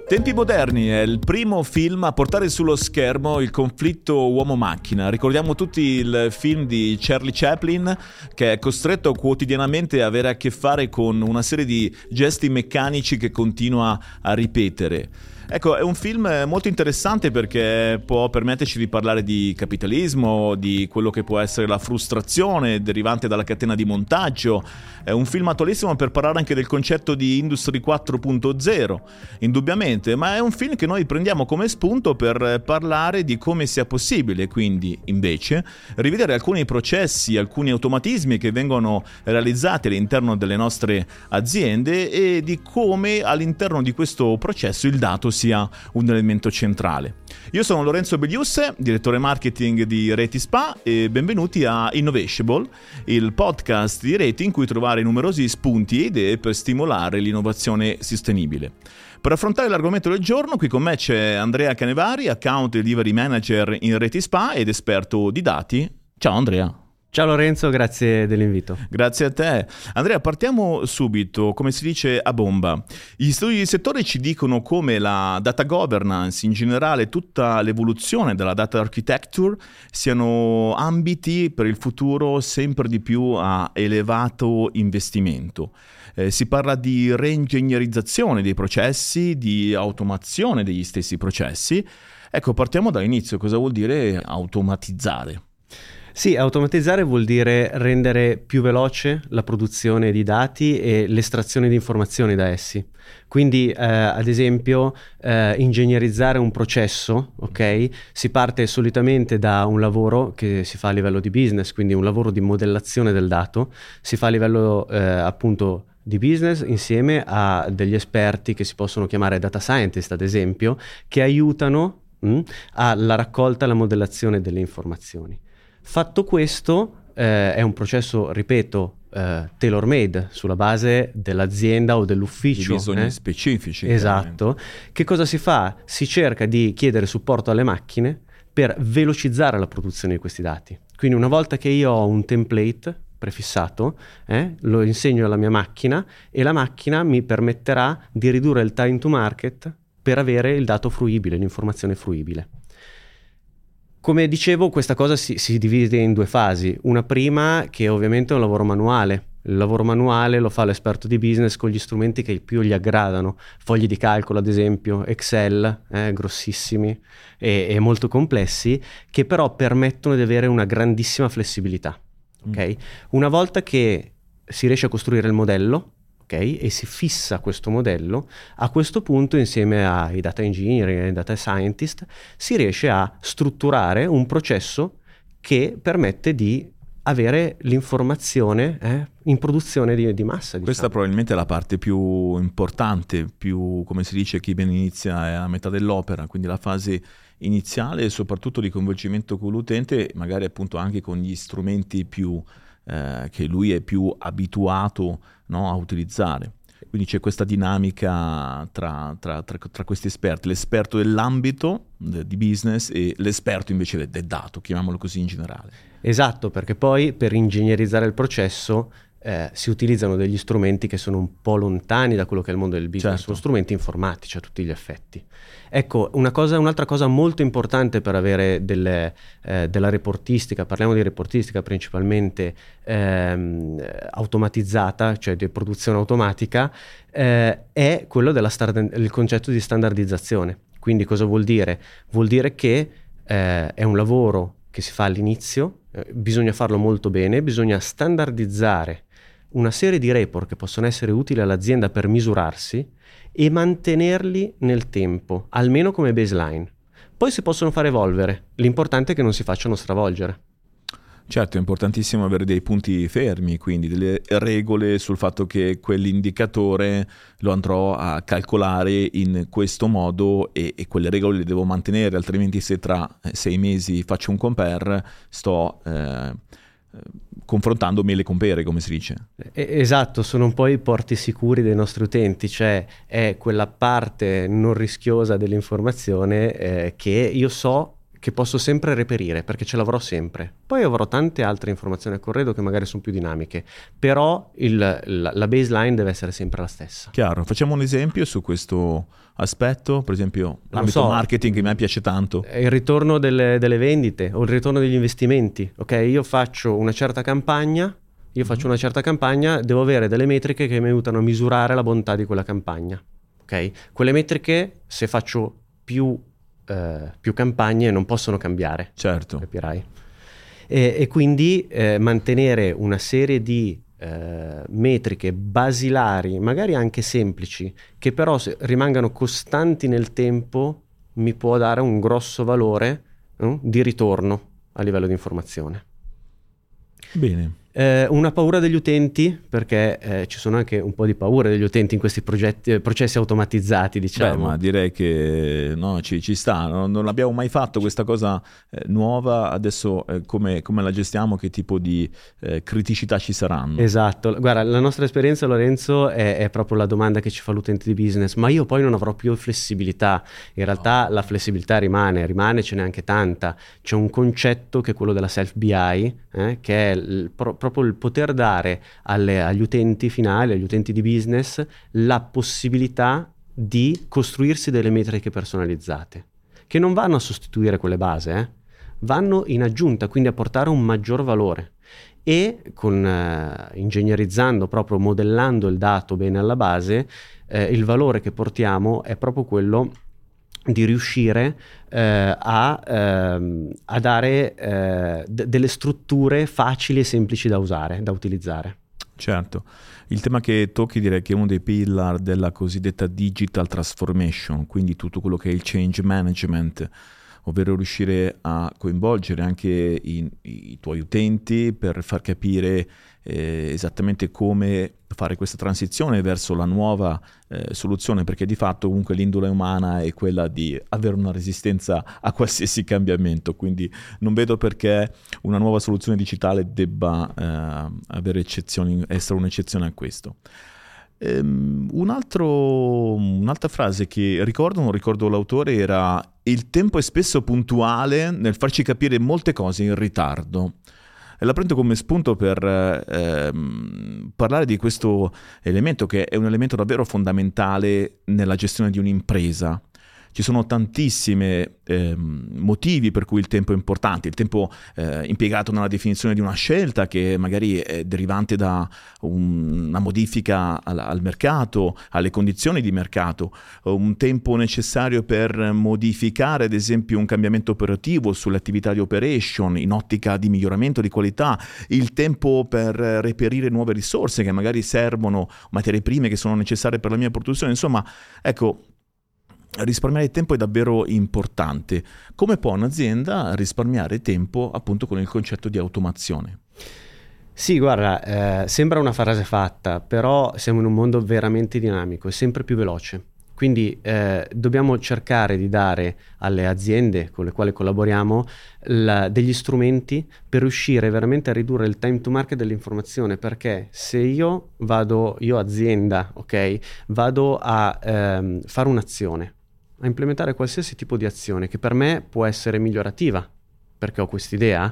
Tempi moderni è il primo film a portare sullo schermo il conflitto uomo-macchina. Ricordiamo tutti il film di Charlie Chaplin, che è costretto quotidianamente a avere a che fare con una serie di gesti meccanici che continua a ripetere. Ecco, è un film molto interessante perché può permetterci di parlare di capitalismo, di quello che può essere la frustrazione derivante dalla catena di montaggio. È un film attualissimo per parlare anche del concetto di Industry 4.0, indubbiamente, ma è un film che noi prendiamo come spunto per parlare di come sia possibile, quindi, invece, rivedere alcuni processi, alcuni automatismi che vengono realizzati all'interno delle nostre aziende e di come all'interno di questo processo il dato sia un elemento centrale. Io sono Lorenzo Begliusse, direttore marketing di Reti Spa, e benvenuti a Innovatiable, il podcast di Reti in cui trovare numerosi spunti e idee per stimolare l'innovazione sostenibile. Per affrontare l'argomento del giorno, qui con me c'è Andrea Canevari, Account Delivery Manager in Reti Spa ed esperto di dati. Ciao Andrea. Ciao Lorenzo, grazie dell'invito. Grazie a te. Andrea, partiamo subito, come si dice a bomba. Gli studi di settore ci dicono come la data governance, in generale tutta l'evoluzione della data architecture, siano ambiti per il futuro sempre di più a elevato investimento. Si parla di reingegnerizzazione dei processi, di automazione degli stessi processi. Ecco, partiamo dall'inizio. Cosa vuol dire automatizzare? Sì, automatizzare vuol dire rendere più veloce la produzione di dati e l'estrazione di informazioni da essi. Quindi, ad esempio, ingegnerizzare un processo, ok? Si parte solitamente da un lavoro che si fa a livello di business, quindi un lavoro di modellazione del dato, si fa a livello appunto di business insieme a degli esperti che si possono chiamare data scientist, ad esempio, che aiutano alla raccolta e alla modellazione delle informazioni. Fatto questo, è un processo, ripeto, tailor-made sulla base dell'azienda o dell'ufficio. Di bisogni specifici. Esatto. Che cosa si fa? Si cerca di chiedere supporto alle macchine per velocizzare la produzione di questi dati. Quindi una volta che io ho un template prefissato, lo insegno alla mia macchina e la macchina mi permetterà di ridurre il time to market per avere il dato fruibile, l'informazione fruibile. Come dicevo, questa cosa si divide in due fasi. Una prima che ovviamente è un lavoro manuale. Il lavoro manuale lo fa l'esperto di business con gli strumenti che più gli aggradano. Fogli di calcolo, ad esempio, Excel, grossissimi e molto complessi, che però permettono di avere una grandissima flessibilità. Okay? Una volta che si riesce a costruire il modello, okay, e si fissa questo modello, a questo punto insieme ai data engineer e ai data scientist si riesce a strutturare un processo che permette di avere l'informazione in produzione di massa. Questa probabilmente è la parte più importante, più, come si dice, chi ben inizia è a metà dell'opera, quindi la fase iniziale e soprattutto di coinvolgimento con l'utente, magari appunto anche con gli strumenti più che lui è più abituato, no, a utilizzare. Quindi c'è questa dinamica tra questi esperti, l'esperto dell'ambito di business e l'esperto invece del dato, chiamiamolo così in generale. Esatto, perché poi per ingegnerizzare il processo si utilizzano degli strumenti che sono un po' lontani da quello che è il mondo del business, certo. Sono strumenti informatici a tutti gli effetti. Ecco, un'altra cosa molto importante per avere della reportistica, parliamo di reportistica principalmente automatizzata, cioè di produzione automatica, è quello il concetto di standardizzazione. Quindi cosa vuol dire? Vuol dire che è un lavoro che si fa all'inizio, bisogna farlo molto bene, bisogna standardizzare una serie di report che possono essere utili all'azienda per misurarsi e mantenerli nel tempo, almeno come baseline. Poi si possono far evolvere, l'importante è che non si facciano stravolgere. Certo, è importantissimo avere dei punti fermi, quindi delle regole sul fatto che quell'indicatore lo andrò a calcolare in questo modo e quelle regole le devo mantenere, altrimenti se tra 6 mesi faccio un compare sto confrontandomi le compere, come si dice. Esatto, sono un po' i porti sicuri dei nostri utenti, cioè è quella parte non rischiosa dell'informazione che io so che posso sempre reperire perché ce l'avrò sempre. Poi avrò tante altre informazioni a corredo che magari sono più dinamiche, però la baseline deve essere sempre la stessa. Chiaro, facciamo un esempio su questo aspetto, per esempio l'ambito marketing che a me piace tanto. Il ritorno delle vendite o il ritorno degli investimenti. Ok, io faccio una certa campagna, devo avere delle metriche che mi aiutano a misurare la bontà di quella campagna. Ok, quelle metriche, se faccio più campagne, non possono cambiare. Certo. Capirai? E quindi mantenere una serie di metriche basilari, magari anche semplici, che però rimangano costanti nel tempo, mi può dare un grosso valore di ritorno a livello di informazione. Bene. Una paura degli utenti, perché ci sono anche un po' di paura degli utenti in questi processi automatizzati, diciamo. Beh, ma direi che no, ci sta, non abbiamo mai fatto questa cosa nuova, adesso come la gestiamo, che tipo di criticità ci saranno? Esatto, guarda, la nostra esperienza, Lorenzo, è proprio la domanda che ci fa l'utente di business: ma io poi non avrò più flessibilità? In realtà la flessibilità rimane, ce n'è anche tanta. C'è un concetto che è quello della self-BI, che è proprio il poter dare agli utenti finali, agli utenti di business, la possibilità di costruirsi delle metriche personalizzate, che non vanno a sostituire quelle base, vanno in aggiunta, quindi a portare un maggior valore. E ingegnerizzando, proprio modellando il dato bene alla base, il valore che portiamo è proprio quello di riuscire a dare delle strutture facili e semplici da usare, da utilizzare. Certo, il tema che tocchi direi che è uno dei pillar della cosiddetta digital transformation, quindi tutto quello che è il change management, ovvero riuscire a coinvolgere anche i tuoi utenti per far capire esattamente come fare questa transizione verso la nuova soluzione, perché di fatto comunque l'indole umana è quella di avere una resistenza a qualsiasi cambiamento, quindi non vedo perché una nuova soluzione digitale debba avere essere un'eccezione a questo. Un'altra frase che non ricordo l'autore, era: il tempo è spesso puntuale nel farci capire molte cose in ritardo. E la prendo come spunto per parlare di questo elemento, che è un elemento davvero fondamentale nella gestione di un'impresa. Ci sono tantissimi motivi per cui il tempo è importante, il tempo impiegato nella definizione di una scelta che magari è derivante da una modifica al mercato, alle condizioni di mercato, un tempo necessario per modificare ad esempio un cambiamento operativo sulle attività di operation in ottica di miglioramento di qualità, il tempo per reperire nuove risorse che magari servono, materie prime che sono necessarie per la mia produzione. Insomma, ecco, risparmiare tempo è davvero importante. Come può un'azienda risparmiare tempo appunto con il concetto di automazione? Sì, guarda, sembra una frase fatta, però siamo in un mondo veramente dinamico e sempre più veloce. Quindi dobbiamo cercare di dare alle aziende con le quali collaboriamo degli strumenti per riuscire veramente a ridurre il time to market dell'informazione, perché se io azienda, ok, vado a fare un'azione, a implementare qualsiasi tipo di azione che per me può essere migliorativa, perché ho quest'idea,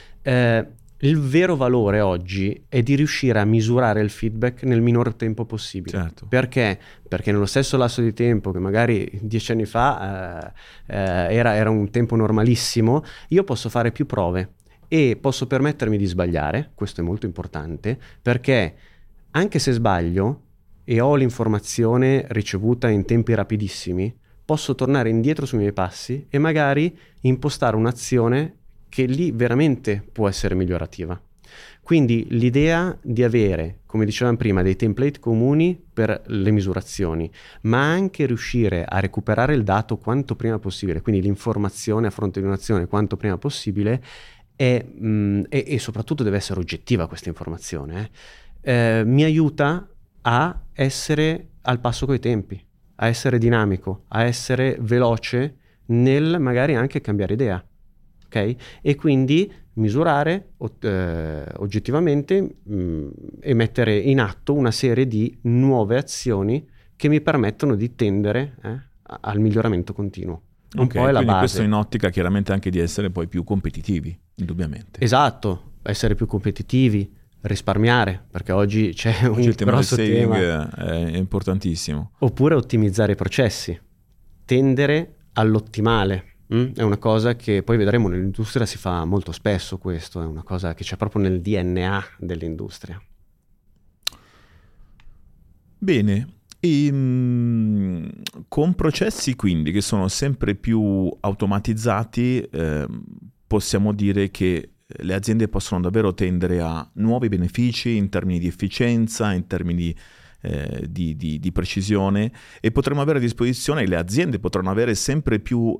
il vero valore oggi è di riuscire a misurare il feedback nel minor tempo possibile. Certo. Perché? Perché nello stesso lasso di tempo, che magari 10 anni fa era un tempo normalissimo, io posso fare più prove e posso permettermi di sbagliare. Questo è molto importante, perché anche se sbaglio e ho l'informazione ricevuta in tempi rapidissimi, posso tornare indietro sui miei passi e magari impostare un'azione che lì veramente può essere migliorativa. Quindi l'idea di avere, come dicevamo prima, dei template comuni per le misurazioni, ma anche riuscire a recuperare il dato quanto prima possibile, quindi l'informazione a fronte di un'azione quanto prima possibile, e soprattutto deve essere oggettiva questa informazione, mi aiuta a essere al passo coi tempi, a essere dinamico, a essere veloce nel magari anche cambiare idea. Okay? E quindi misurare oggettivamente e mettere in atto una serie di nuove azioni che mi permettono di tendere al miglioramento continuo. Un po' è la quindi base. questo in ottica chiaramente anche di essere poi più competitivi, indubbiamente. Esatto, essere più competitivi, risparmiare, perché oggi c'è un Oggi il tema del grosso saving tema. è importantissimo. Oppure ottimizzare i processi, tendere all'ottimale. È una cosa che poi vedremo nell'industria si fa molto spesso, questo è una cosa che c'è proprio nel DNA dell'industria. Bene, con processi quindi che sono sempre più automatizzati, possiamo dire che le aziende possono davvero tendere a nuovi benefici in termini di efficienza, in termini di precisione, e potremo avere a disposizione, le aziende potranno avere sempre più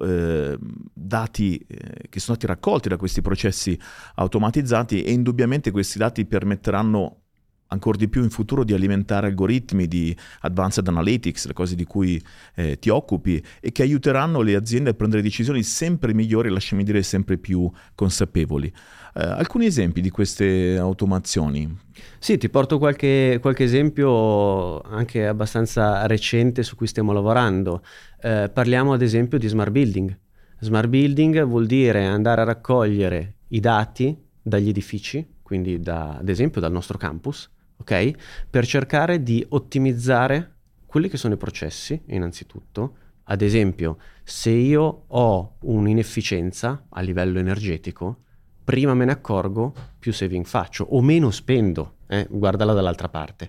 dati che sono stati raccolti da questi processi automatizzati, e indubbiamente questi dati permetteranno ancora di più in futuro di alimentare algoritmi di advanced analytics, le cose di cui ti occupi, e che aiuteranno le aziende a prendere decisioni sempre migliori, lasciami dire sempre più consapevoli. Alcuni esempi di queste automazioni? Sì, ti porto qualche esempio anche abbastanza recente su cui stiamo lavorando. Parliamo ad esempio di smart building. Smart building vuol dire andare a raccogliere i dati dagli edifici, quindi ad esempio dal nostro campus, ok? Per cercare di ottimizzare quelli che sono i processi, innanzitutto. Ad esempio, se io ho un'inefficienza a livello energetico, prima me ne accorgo, più saving faccio o meno spendo, guardala dall'altra parte.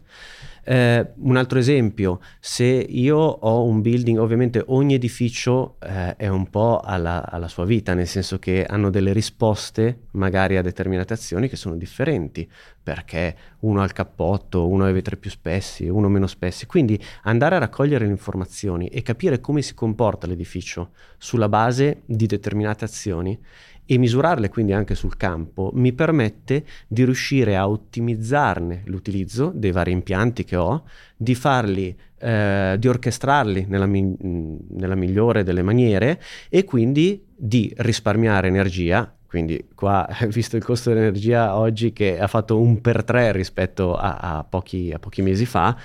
Un altro esempio, se io ho un building, ovviamente ogni edificio è un po' alla sua vita, nel senso che hanno delle risposte magari a determinate azioni che sono differenti, perché uno ha il cappotto, uno ha i vetri più spessi, uno meno spessi, quindi andare a raccogliere le informazioni e capire come si comporta l'edificio sulla base di determinate azioni e misurarle quindi anche sul campo mi permette di riuscire a ottimizzarne l'utilizzo dei vari impianti che ho, di farli, di orchestrarli nella migliore delle maniere e quindi di risparmiare energia. Quindi qua, visto il costo dell'energia oggi che ha fatto un per 3 rispetto a pochi mesi fa,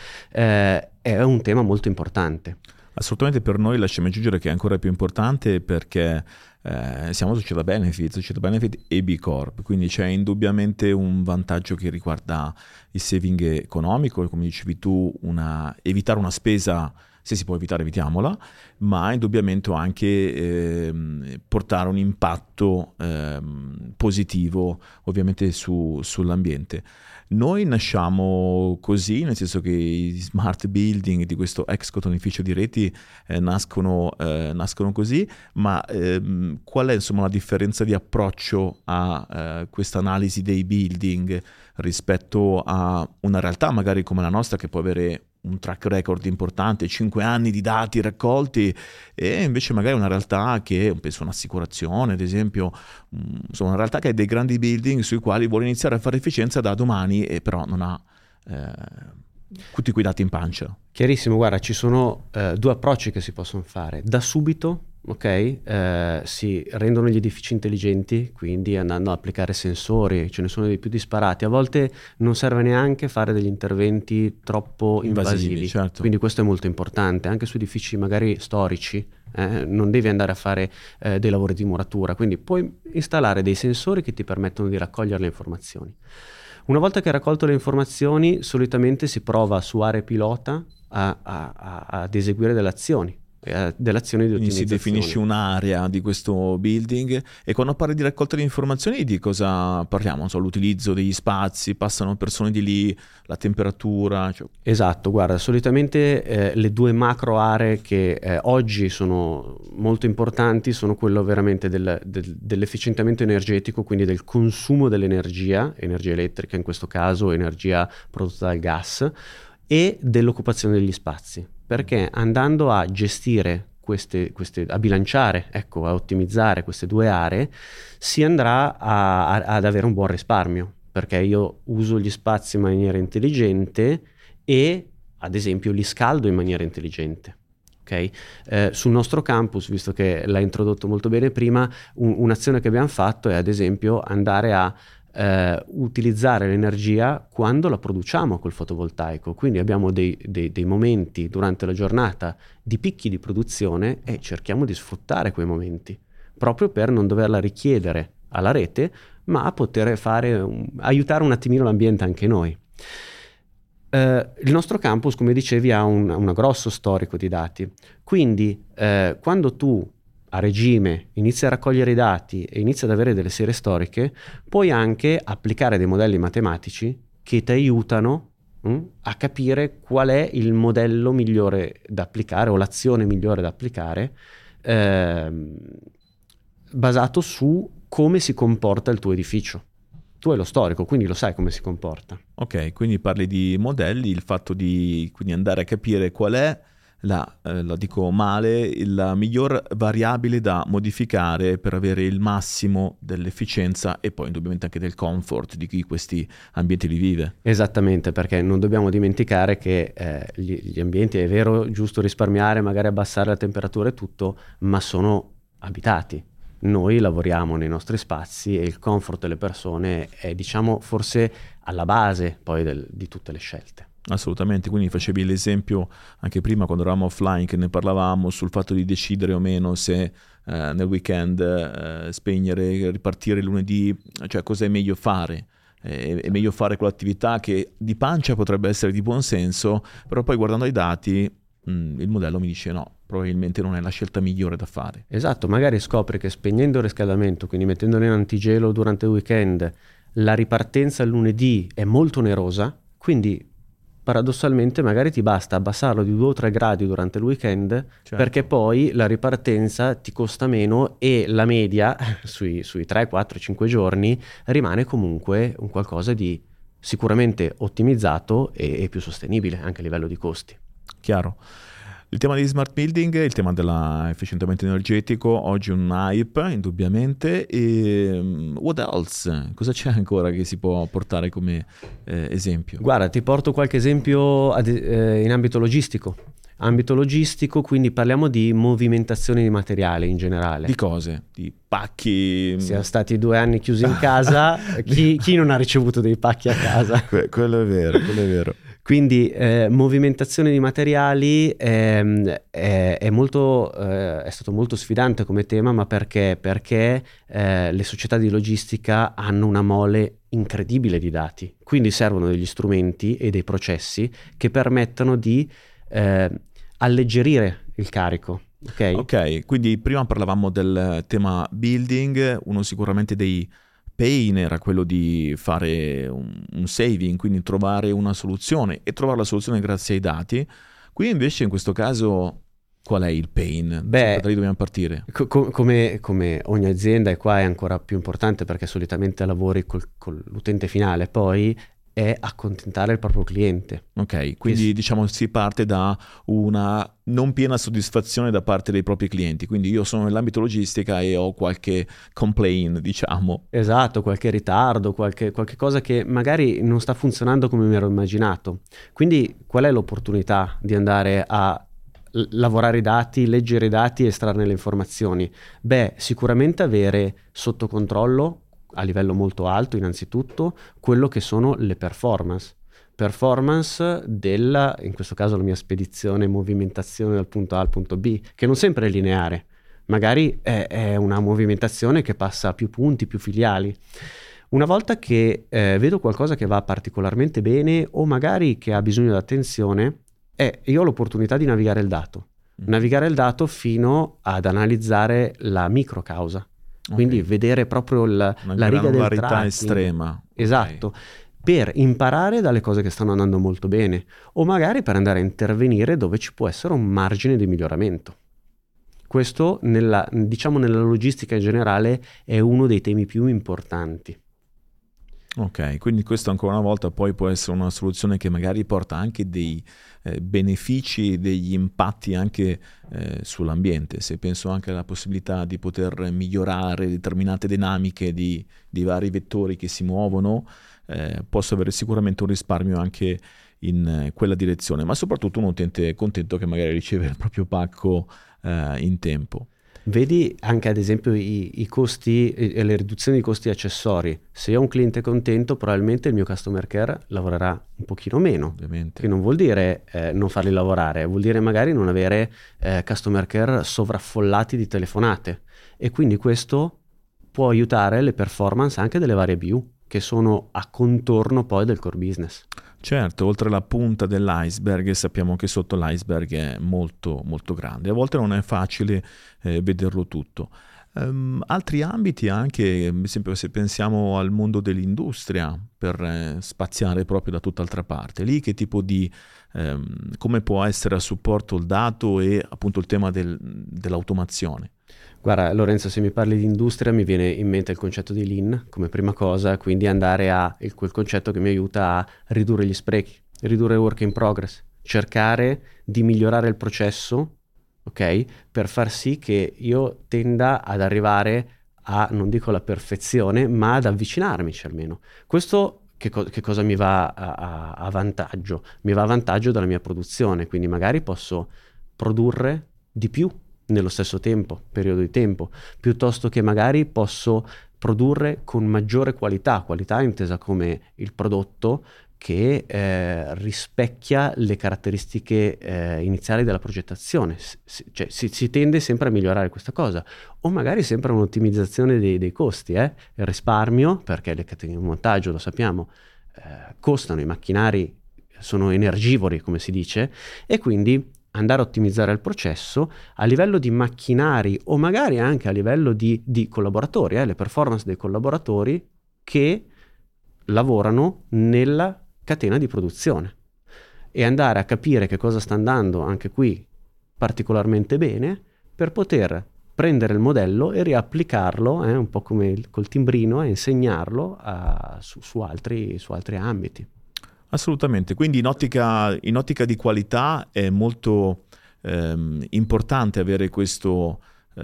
è un tema molto importante. Assolutamente, per noi lasciami aggiungere che è ancora più importante perché siamo società benefit e B Corp, quindi c'è indubbiamente un vantaggio che riguarda il saving economico, come dicevi tu, evitare una spesa, se si può evitare evitiamola, ma indubbiamente anche portare un impatto positivo ovviamente sull'ambiente. Noi nasciamo così, nel senso che i smart building di questo ex cotonificio di reti nascono così, ma qual è insomma la differenza di approccio a questa analisi dei building rispetto a una realtà magari come la nostra, che può avere un track record importante, 5 anni di dati raccolti, e invece magari una realtà che, penso un'assicurazione ad esempio, insomma una realtà che ha dei grandi building sui quali vuole iniziare a fare efficienza da domani e però non ha tutti quei dati in pancia. Chiarissimo, guarda, ci sono 2 approcci che si possono fare. Da subito, ok, si rendono gli edifici intelligenti, quindi andando ad applicare sensori, ce ne sono dei più disparati. A volte non serve neanche fare degli interventi troppo invasivi. Certo. Quindi questo è molto importante, anche su edifici magari storici. Non devi andare a fare dei lavori di muratura, quindi puoi installare dei sensori che ti permettono di raccogliere le informazioni. Una volta che hai raccolto le informazioni, solitamente si prova su aree pilota ad eseguire delle azioni di ottimizzazione. Quindi si definisce un'area di questo building, e quando parli di raccolta di informazioni di cosa parliamo? Non so, l'utilizzo degli spazi, passano persone di lì, la temperatura? Cioè... Esatto, guarda, solitamente le 2 macro aree che oggi sono molto importanti sono quello veramente dell'efficientamento energetico, quindi del consumo dell'energia, energia elettrica in questo caso, energia prodotta dal gas, e dell'occupazione degli spazi, perché andando a gestire a bilanciare, ecco, a ottimizzare queste 2 aree, si andrà ad avere un buon risparmio, perché io uso gli spazi in maniera intelligente e ad esempio li scaldo in maniera intelligente. Okay? Sul nostro campus, visto che l'hai introdotto molto bene prima, un'azione che abbiamo fatto è ad esempio andare a utilizzare l'energia quando la produciamo col fotovoltaico. Quindi abbiamo dei momenti durante la giornata di picchi di produzione e cerchiamo di sfruttare quei momenti, proprio per non doverla richiedere alla rete, ma poter aiutare un attimino l'ambiente anche noi. Il nostro campus, come dicevi, ha un grosso storico di dati, quindi quando tu a regime inizi a raccogliere i dati e inizi ad avere delle serie storiche, puoi anche applicare dei modelli matematici che ti aiutano a capire qual è il modello migliore da applicare o l'azione migliore da applicare, basato su come si comporta il tuo edificio. Tu hai lo storico, quindi lo sai come si comporta. Ok, quindi parli di modelli, il fatto di quindi andare a capire qual è la dico male, la miglior variabile da modificare per avere il massimo dell'efficienza e poi indubbiamente anche del comfort di chi questi ambienti li vive. Esattamente, perché non dobbiamo dimenticare che gli ambienti, è vero, giusto risparmiare, magari abbassare la temperatura e tutto, ma sono abitati. Noi lavoriamo nei nostri spazi e il comfort delle persone è, diciamo, forse alla base poi di tutte le scelte. Assolutamente, quindi facevi l'esempio anche prima quando eravamo offline che ne parlavamo sul fatto di decidere o meno se nel weekend spegnere, ripartire il lunedì, cioè cosa è meglio fare. È meglio fare quell'attività che di pancia potrebbe essere di buon senso, però poi guardando i dati il modello mi dice no, probabilmente non è la scelta migliore da fare. Esatto, magari scopri che spegnendo il riscaldamento, quindi mettendolo in antigelo durante il weekend, la ripartenza il lunedì è molto onerosa, quindi paradossalmente magari ti basta abbassarlo di 2 o 3 gradi durante il weekend, certo, perché poi la ripartenza ti costa meno e la media sui 3, 4, 5 giorni rimane comunque un qualcosa di sicuramente ottimizzato e più sostenibile anche a livello di costi. Chiaro. Il tema di smart building, il tema dell'efficientamento energetico, oggi è un hype indubbiamente. E what else? Cosa c'è ancora che si può portare come esempio? Guarda, ti porto qualche esempio in ambito logistico. Ambito logistico, quindi parliamo di movimentazione di materiale in generale. Di cose? Di pacchi? Siamo stati 2 anni chiusi in casa, chi non ha ricevuto dei pacchi a casa? Quello è vero, quello è vero. Quindi movimentazione di materiali è stato molto sfidante come tema, ma perché? Perché le società di logistica hanno una mole incredibile di dati, quindi servono degli strumenti e dei processi che permettano di alleggerire il carico. Ok, quindi prima parlavamo del tema building, uno sicuramente dei pain era quello di fare un saving, quindi trovare una soluzione e trovare la soluzione grazie ai dati. Qui invece in questo caso qual è il pain? Da lì dobbiamo partire. Come ogni azienda, e qua è ancora più importante perché solitamente lavori con l'utente finale, poi è accontentare il proprio cliente. Ok, quindi diciamo si parte da una non piena soddisfazione da parte dei propri clienti, quindi io sono nell'ambito logistica e ho qualche complaint, diciamo. Esatto, qualche ritardo, qualche cosa che magari non sta funzionando come mi ero immaginato. Quindi qual è l'opportunità di andare a lavorare i dati, leggere i dati e estrarne le informazioni? Sicuramente avere sotto controllo a livello molto alto innanzitutto quello che sono le performance della, in questo caso la mia spedizione, movimentazione dal punto A al punto B, che non sempre è lineare, magari è una movimentazione che passa a più punti, più filiali. Una volta che vedo qualcosa che va particolarmente bene o magari che ha bisogno di attenzione, io ho l'opportunità di navigare il dato fino ad analizzare la microcausa. Quindi vedere proprio la riga del tracking estrema. Esatto, per imparare dalle cose che stanno andando molto bene o magari per andare a intervenire dove ci può essere un margine di miglioramento. Questo nella logistica in generale è uno dei temi più importanti. Ok, quindi questo ancora una volta poi può essere una soluzione che magari porta anche dei benefici, degli impatti anche sull'ambiente. Se penso anche alla possibilità di poter migliorare determinate dinamiche di vari vettori che si muovono, posso avere sicuramente un risparmio anche in quella direzione, ma soprattutto un utente contento che magari riceve il proprio pacco in tempo. Vedi anche ad esempio i costi e le riduzioni di costi accessori. Se io ho un cliente contento, probabilmente il mio customer care lavorerà un pochino meno. Ovviamente. Che non vuol dire non farli lavorare, vuol dire magari non avere customer care sovraffollati di telefonate, e quindi questo può aiutare le performance anche delle varie BU, che sono a contorno poi del core business. Certo, oltre la punta dell'iceberg, sappiamo che sotto l'iceberg è molto molto grande, a volte non è facile vederlo tutto. Altri ambiti anche, ad esempio se pensiamo al mondo dell'industria, per spaziare proprio da tutt'altra parte, lì che tipo di, come può essere a supporto il dato e appunto il tema dell'automazione? Guarda Lorenzo, se mi parli di industria mi viene in mente il concetto di Lean come prima cosa, quindi andare a quel concetto che mi aiuta a ridurre gli sprechi, ridurre il work in progress, cercare di migliorare il processo, ok? Per far sì che io tenda ad arrivare a, non dico la perfezione, ma ad avvicinarmici almeno. Questo che cosa mi va a vantaggio? Mi va a vantaggio dalla mia produzione, quindi magari posso produrre di più nello stesso periodo di tempo, piuttosto che magari posso produrre con maggiore qualità intesa come il prodotto che rispecchia le caratteristiche iniziali della progettazione. Si tende sempre a migliorare questa cosa, o magari sempre un'ottimizzazione dei costi, il risparmio, perché le catene di montaggio, lo sappiamo, costano, i macchinari sono energivori, come si dice, e quindi andare a ottimizzare il processo a livello di macchinari o magari anche a livello di collaboratori, le performance dei collaboratori che lavorano nella catena di produzione, e andare a capire che cosa sta andando anche qui particolarmente bene per poter prendere il modello e riapplicarlo, un po' come col timbrino, e insegnarlo su altri ambiti. Assolutamente, quindi in ottica di qualità è molto importante avere questo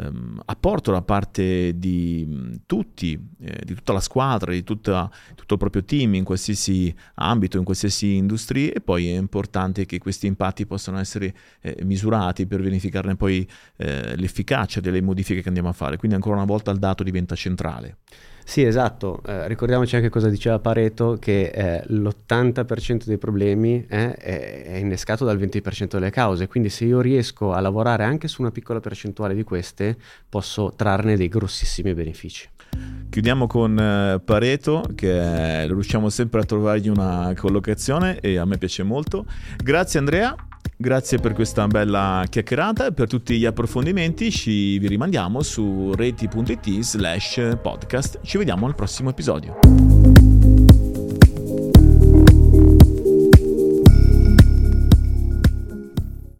apporto da parte di tutti, di tutta la squadra, di tutto il proprio team in qualsiasi ambito, in qualsiasi industria, e poi è importante che questi impatti possano essere misurati per verificarne poi l'efficacia delle modifiche che andiamo a fare. Quindi ancora una volta il dato diventa centrale. Sì, esatto. Ricordiamoci anche cosa diceva Pareto, che l'80% dei problemi è innescato dal 20% delle cause, quindi se io riesco a lavorare anche su una piccola percentuale di queste, posso trarne dei grossissimi benefici. Chiudiamo con Pareto, che riusciamo sempre a trovargli una collocazione e a me piace molto. Grazie Andrea. Grazie per questa bella chiacchierata e per tutti gli approfondimenti vi rimandiamo su reti.it/podcast. Ci vediamo al prossimo episodio.